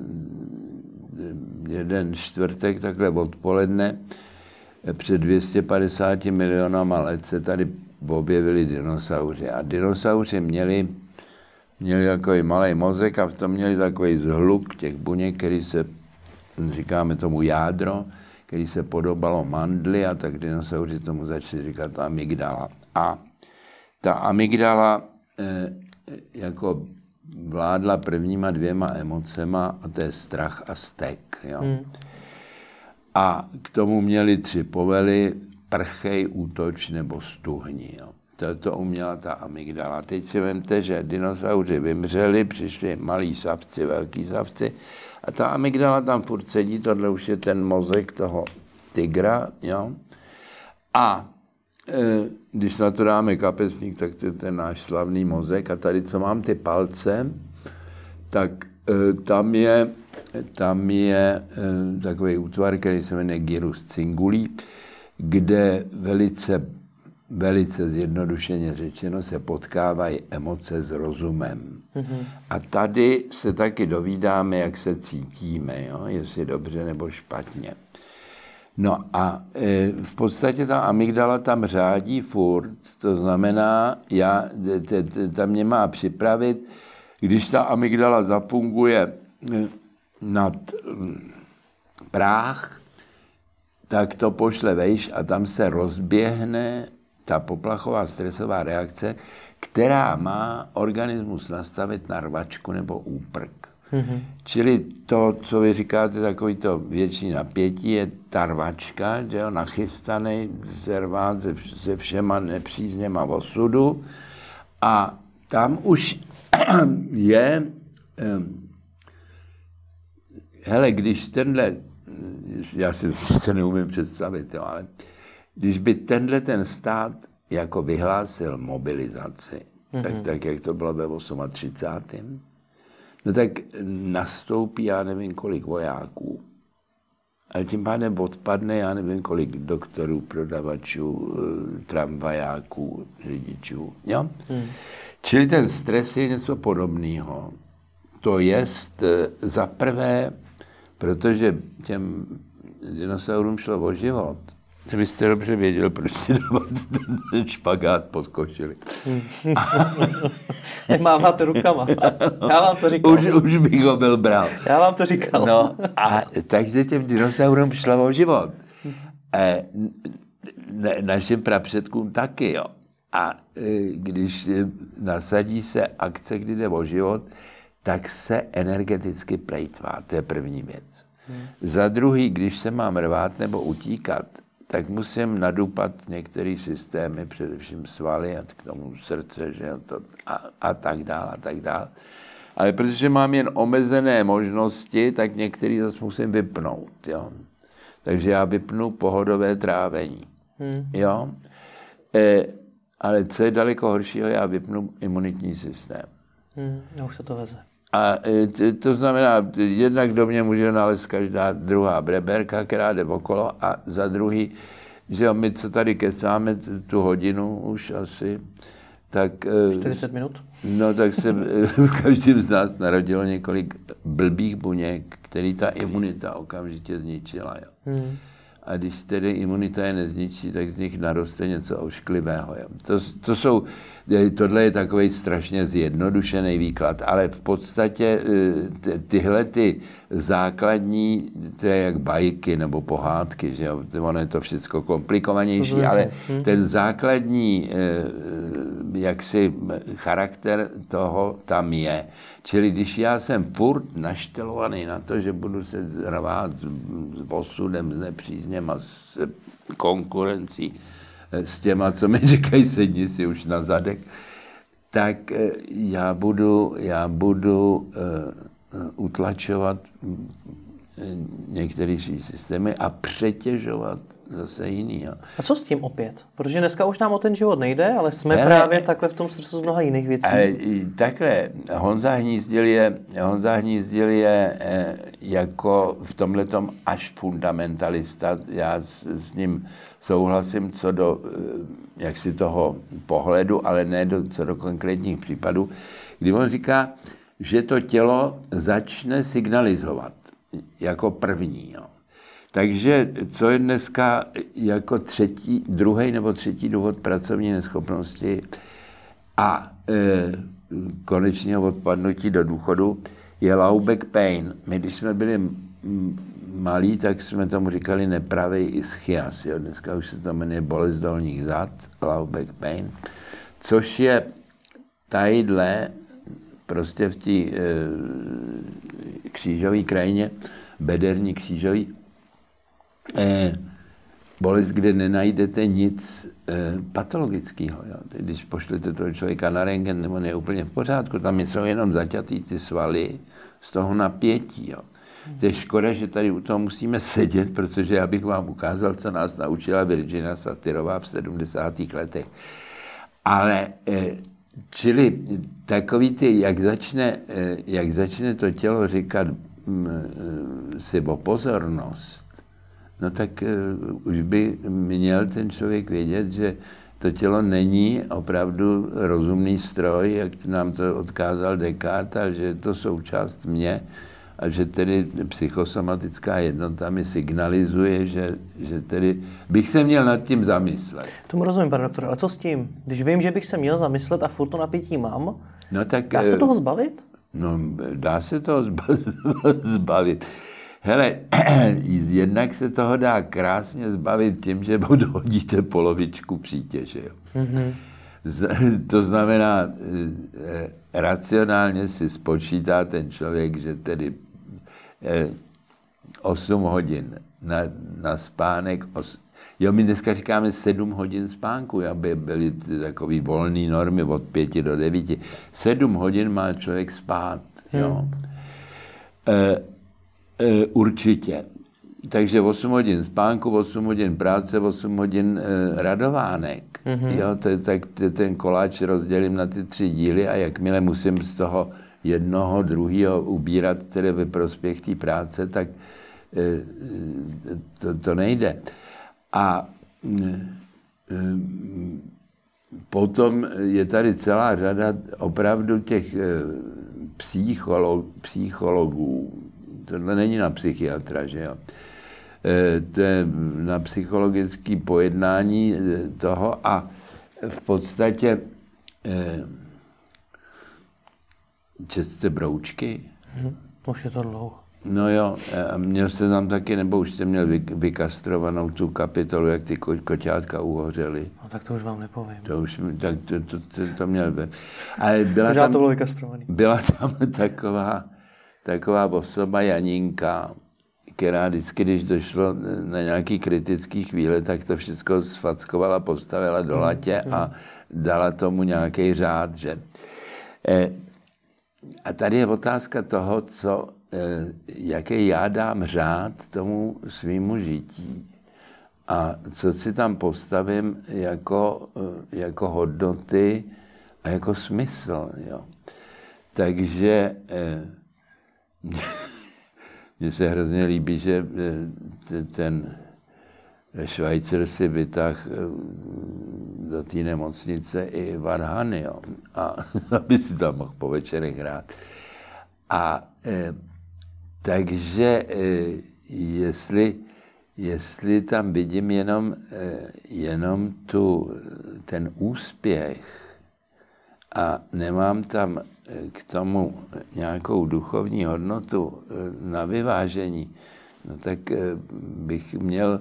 jeden čtvrtek takhle odpoledne před dvě stě padesát milionama let se tady objevili dinosauři. A dinosauři měli, měli takový malý mozek a v tom měli takový zhluk těch buněk, který se, říkáme tomu jádro, který se podobalo mandli, a tak dinosauři tomu začali říkat amygdala. A ta amygdala eh, jako vládla prvníma dvěma emocema, a to je strach a stek. Jo. Hmm. A k tomu měli tři povely: prchej, útoč nebo stuhni. Jo. To, to uměla ta amygdala. Teď si vemte, že dinosauři vymřeli, přišli malí savci, velký savci, a ta amygdala tam furt sedí, tohle už je ten mozek toho tygra. Jo. A e, když na to dáme kapesník, tak to je ten náš slavný mozek. A tady, co mám ty palce, tak e, tam je tam je e, takový útvar, který se jmenuje gyrus cingulí, kde velice, velice zjednodušeně řečeno se potkávají emoce s rozumem. Mm-hmm. A tady se taky dovídáme, jak se cítíme, jo? Jestli dobře nebo špatně. No a e, v podstatě ta amygdala tam řádí furt, to znamená, já, t, t, ta mě má připravit, když ta amygdala zafunguje nad práh, tak to pošle vejš a tam se rozběhne ta poplachová stresová reakce, která má organismus nastavit na rvačku nebo úprk. Mm-hmm. Čili to, co vy říkáte, takový to větší napětí, je ta rvačka, že jo, nachystaný, zervát se, se všema nepřízněma osudu. A tam už je, um, hele, když tenhle, já si se neumím představit, jo, ale když by tenhle ten stát jako vyhlásil mobilizaci, mm-hmm. tak, tak jak to bylo ve třicátém osmém No tak nastoupí, já nevím, kolik vojáků. Ale tím pádem odpadne, já nevím, kolik doktorů, prodavačů, tramvajáků, řidičů. Jo? Hmm. Čili ten stres je něco podobného. To jest za prvé, protože těm dinosaurům šlo o život. Vy jste dobře věděl, proč si dávat ten špagát pod košili. Jak máváte rukama. Já vám to říkal. Už, už bych ho byl bral. Já vám to říkal. No a takže těm dinosaurům šlo o život. E, na, našim prapředkům taky, jo. A e, když nasadí se akce, kdy jde o život, tak se energeticky plejtvá. To je první věc. Hmm. Za druhý, když se mám rvát nebo utíkat, tak musím nadupat některé systémy, především svaly a k tomu srdce, že to, a, a tak dále, a tak dále. Ale protože mám jen omezené možnosti, tak některé zase musím vypnout, jo. Takže já vypnu pohodové trávení, hmm. jo. E, ale co je daleko horšího, já vypnu imunitní systém. Hmm, a už se to veze. A to znamená, jednak do mě může nalézt každá druhá breberka, která jde okolo, a za druhý, že my, co tady kecáme tu hodinu už asi, tak... čtyřicet minut? No, tak se v každém z nás narodilo několik blbých buněk, který ta imunita okamžitě zničila. Jo. Hmm. A když tedy imunita je nezničí, tak z nich naroste něco ošklivého. Jo. To, to jsou, tohle je takový strašně zjednodušený výklad, ale v podstatě ty, tyhle ty základní, to je jak bajky nebo pohádky, že jo. Ono je to všechno komplikovanější, to ale hmm. ten základní jaksi charakter toho tam je. Čili když já jsem furt naštelovaný na to, že budu se rvát s, s osudem, s nepřízněm a s konkurencí, s těma, co mi říkají, sedni si už na zadek, tak já budu, já budu uh, utlačovat některé systémy a přetěžovat zase jiný. Jo. A co s tím opět? Protože dneska už nám o ten život nejde, ale jsme ale, právě takhle v tom stresu z mnoha jiných věcí. Ale takhle, Honza Hnízdil je, Honza Hnízdil je eh, jako v tomhletom až fundamentalista. Já s, s ním souhlasím co do eh, jaksi toho pohledu, ale ne do, co do konkrétních případů, kdy on říká, že to tělo začne signalizovat jako první. Jo. Takže co je dneska jako třetí, druhý nebo třetí důvod pracovní neschopnosti a e, konečného odpadnutí do důchodu, je low back pain. My, když jsme byli malí, tak jsme tomu říkali nepravý ischias. Jo. Dneska už se to jmenuje bolest dolních zad, low back pain, což je tadyhle prostě v té e, křížové krajině, bederní křížový, eh, bolest, kde nenajdete nic eh, patologického. Jo. Když pošlete toho člověka na rentgen, nebo je úplně v pořádku, tam jsou jenom zaťatý ty svaly z toho napětí. Jo. To je škoda, že tady u toho musíme sedět, protože já bych vám ukázal, co nás naučila Virginia Satyrová v sedmdesátých letech. Ale eh, čili takový ty, jak začne, jak začne to tělo říkat si o pozornost, no tak už by měl ten člověk vědět, že to tělo není opravdu rozumný stroj, jak nám to odkázal Descartes, ale že je to součást mě a že tedy psychosomatická jednota mi signalizuje, že, že tedy bych se měl nad tím zamyslet. Tomu rozumím, pane doktore, ale co s tím? Když vím, že bych se měl zamyslet a furt to napětí mám, no tak, dá se toho zbavit? No, dá se toho zbavit. Hele, jednak se toho dá krásně zbavit tím, že odhodíte polovičku přítěže. Jo. Mm-hmm. To znamená, racionálně si spočítá ten člověk, že tedy osm hodin na, na spánek, os, jo, my dneska říkáme sedm hodin spánku, aby byly takový volné normy od pěti do devíti. sedm hodin má člověk spát, jo. Hmm. E, e, určitě. Takže osm hodin spánku, osm hodin práce, osm hodin e, radovánek. Mm-hmm. Jo, to, tak ten koláč rozdělím na ty tři díly a jakmile musím z toho jednoho, druhého ubírat tedy ve prospěch té práce, tak e, to, to nejde. A e, potom je tady celá řada opravdu těch e, psycholog, psychologů, tohle není na psychiatra, že jo? E, to je na psychologické pojednání toho a v podstatě e, četste Broučky? Hmm, už je to dlouho. No jo, a měl jste tam taky, nebo už jste měl vy, vykastrovanou tu kapitolu, jak ty ko, koťátka uhořely? No tak to už vám nepovím. To už, tak to, to, to, to měl by. Ale byla Možná tam, to bylo vykastrovaný. Byla tam taková, taková osoba Janínka, která vždycky, když došlo na nějaký kritický chvíle, tak to všechno sfackovala, postavila do latě a dala tomu nějaký řád, že... Eh, a tady je otázka toho, co, eh, jaký já dám řád tomu svýmu žití a co si tam postavím jako, eh, jako hodnoty a jako smysl, jo. Takže eh, mně se hrozně líbí, že ten Švajcer si vytáhl do té nemocnice i varhany, jo, a aby si tam mohl po večerech hrát. A e, takže e, jestli, jestli tam vidím jenom, e, jenom tu, ten úspěch a nemám tam k tomu nějakou duchovní hodnotu na vyvážení, no tak bych měl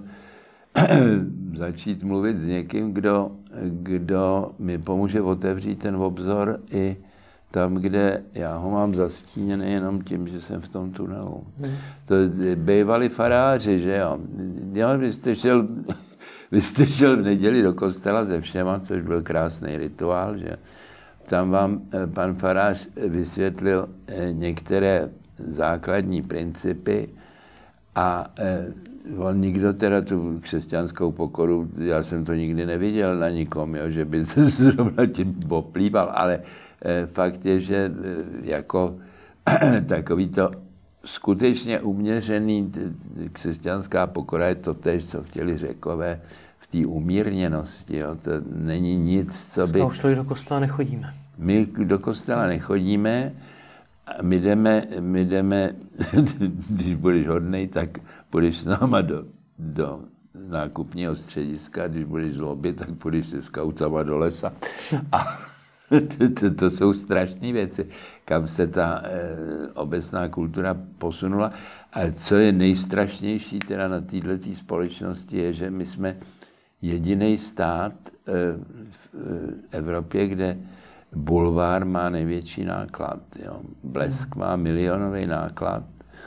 začít mluvit s někým, kdo, kdo mi pomůže otevřít ten obzor i tam, kde já ho mám zastíněný jenom tím, že jsem v tom tunelu. Hmm. To bývali faráři, že jo. jo vy, jste šel, vy jste šel v neděli do kostela se všema, což byl krásný rituál, že tam vám pan farář vysvětlil některé základní principy a on nikdo teda tu křesťanskou pokoru, já jsem to nikdy neviděl na nikom, jo, že by se zrovna tím oplýval, ale fakt je, že jako takový to skutečně uměřený křesťanská pokora je to též, co chtěli Řekové v té umírněnosti. Jo. To není nic, co by... A už to i do kostela nechodíme. My do kostela nechodíme, my jdeme, my jdeme když budeš hodnej, tak půjdeš s náma do, do nákupního střediska, když budeš zlobit, tak půjdeš se skautama do lesa. A to, to, to jsou strašné věci, kam se ta e, obecná kultura posunula. A co je nejstrašnější teda na této společnosti je, že my jsme jediný stát e, v e, Evropě, kde bulvár má největší náklad. Jo. Blesk má milionový náklad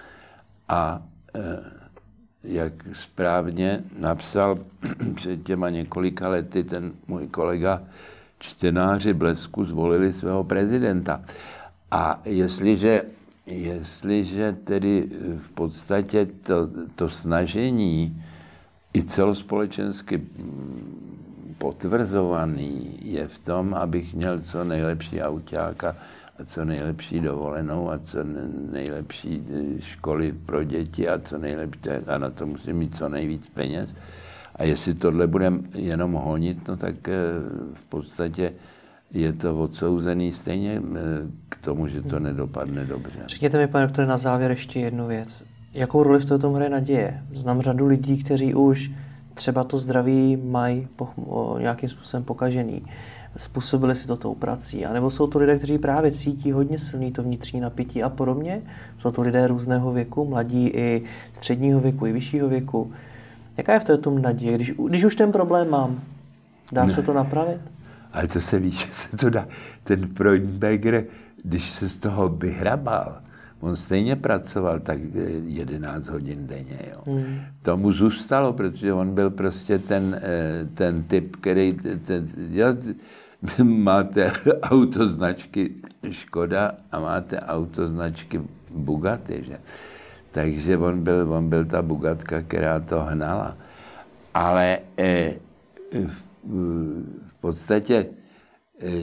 a e, jak správně napsal před těma několika lety ten můj kolega, čtenáři Blesku zvolili svého prezidenta. A jestliže, jestliže tedy v podstatě to, to snažení i celospolečensky potvrzovaný je v tom, abych měl co nejlepší auták a, co nejlepší dovolenou a co nejlepší školy pro děti a co nejlepší, a na to musím mít co nejvíc peněz. A jestli tohle budeme jenom honit, no tak v podstatě je to odsouzený stejně k tomu, že to nedopadne dobře. Řekněte mi, pane doktore, na závěr ještě jednu věc. Jakou roli v tom hraje naděje? Znám řadu lidí, kteří už třeba to zdraví mají po, nějakým způsobem pokažený. Způsobili si to tou prací. A nebo jsou to lidé, kteří právě cítí hodně silný to vnitřní napětí a podobně. Jsou to lidé různého věku, mladí i středního věku, i vyššího věku. Jaká je v tom naděje? Když, když už ten problém mám, dá ne. se to napravit? Ale to se ví, že se to dá. Ten Freudenberger, když se z toho vyhrabal, on stejně pracoval tak jedenáct hodin denně. Jo. Hmm. Tomu zůstalo, protože on byl prostě ten, ten typ, který... Ten, já, máte auto značky Škoda a máte auto značky Bugatti, že? Takže on byl, on byl ta Bugatka, která to hnala. Ale eh, v, v podstatě eh,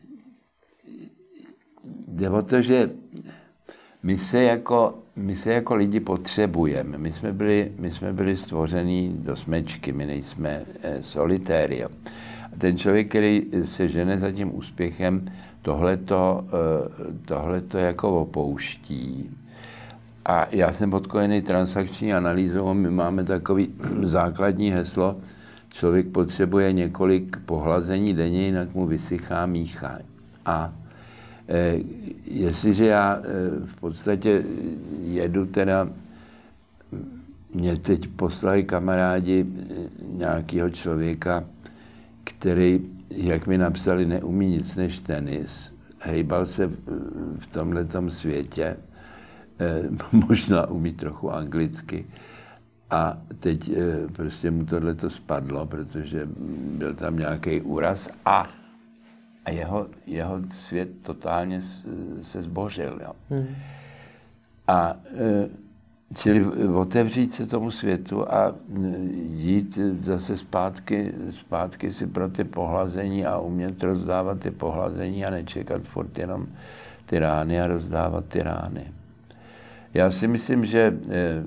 jde o to, že my se jako, my se jako lidi potřebujeme. My jsme byli, my jsme byli stvoření do smečky, my nejsme eh, solitério. A ten člověk, který se žene za tím úspěchem, tohleto, eh, tohleto jako opouští. A já jsem podkojený transakční analýzou a my máme takový základní heslo, člověk potřebuje několik pohlazení denně, jinak mu vysychá mícha. A e, jestliže já e, v podstatě jedu teda, mě teď poslali kamarádi nějakého člověka, který, jak mi napsali, neumí nic než tenis, hejbal se v tomhletom světě, možná umí trochu anglicky. A teď prostě mu tohleto spadlo, protože byl tam nějaký úraz a, a jeho, jeho svět totálně se zbořil. Jo. Hmm. A čili otevřít se tomu světu a jít zase zpátky, zpátky si pro ty pohlazení a umět rozdávat ty pohlazení a nečekat furt jenom ty rány a rozdávat ty rány. Já si myslím, že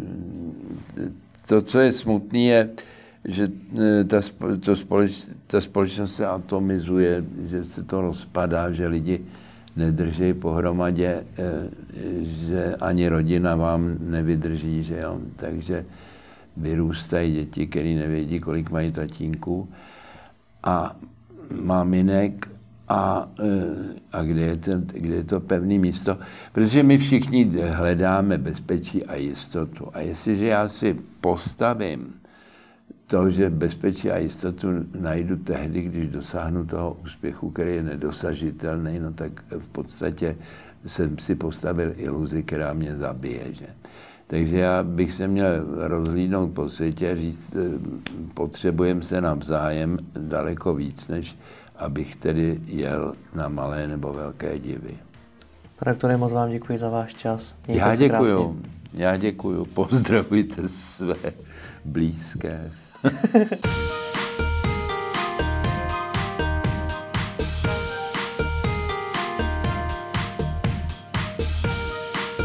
to, co je smutné, je, že ta, to společ, ta společnost se atomizuje, že se to rozpadá, že lidi nedrží pohromadě, že ani rodina vám nevydrží, že jo? Takže vyrůstají děti, které nevědí, kolik mají tatínků a maminek. A, a kde, je ten, kde je to pevné místo? Protože my všichni hledáme bezpečí a jistotu. A jestliže já si postavím to, že bezpečí a jistotu najdu tehdy, když dosáhnu toho úspěchu, který je nedosažitelný, no tak v podstatě jsem si postavil iluzi, která mě zabije. Že? Takže já bych se měl rozhlídnout po světě a říct, potřebujeme se navzájem daleko víc, než abych tedy jel na malé nebo velké divy. Pane doktore, moc vám děkuji za váš čas. Mějte já se děkuju, krásně. já děkuju. Pozdravujte své blízké.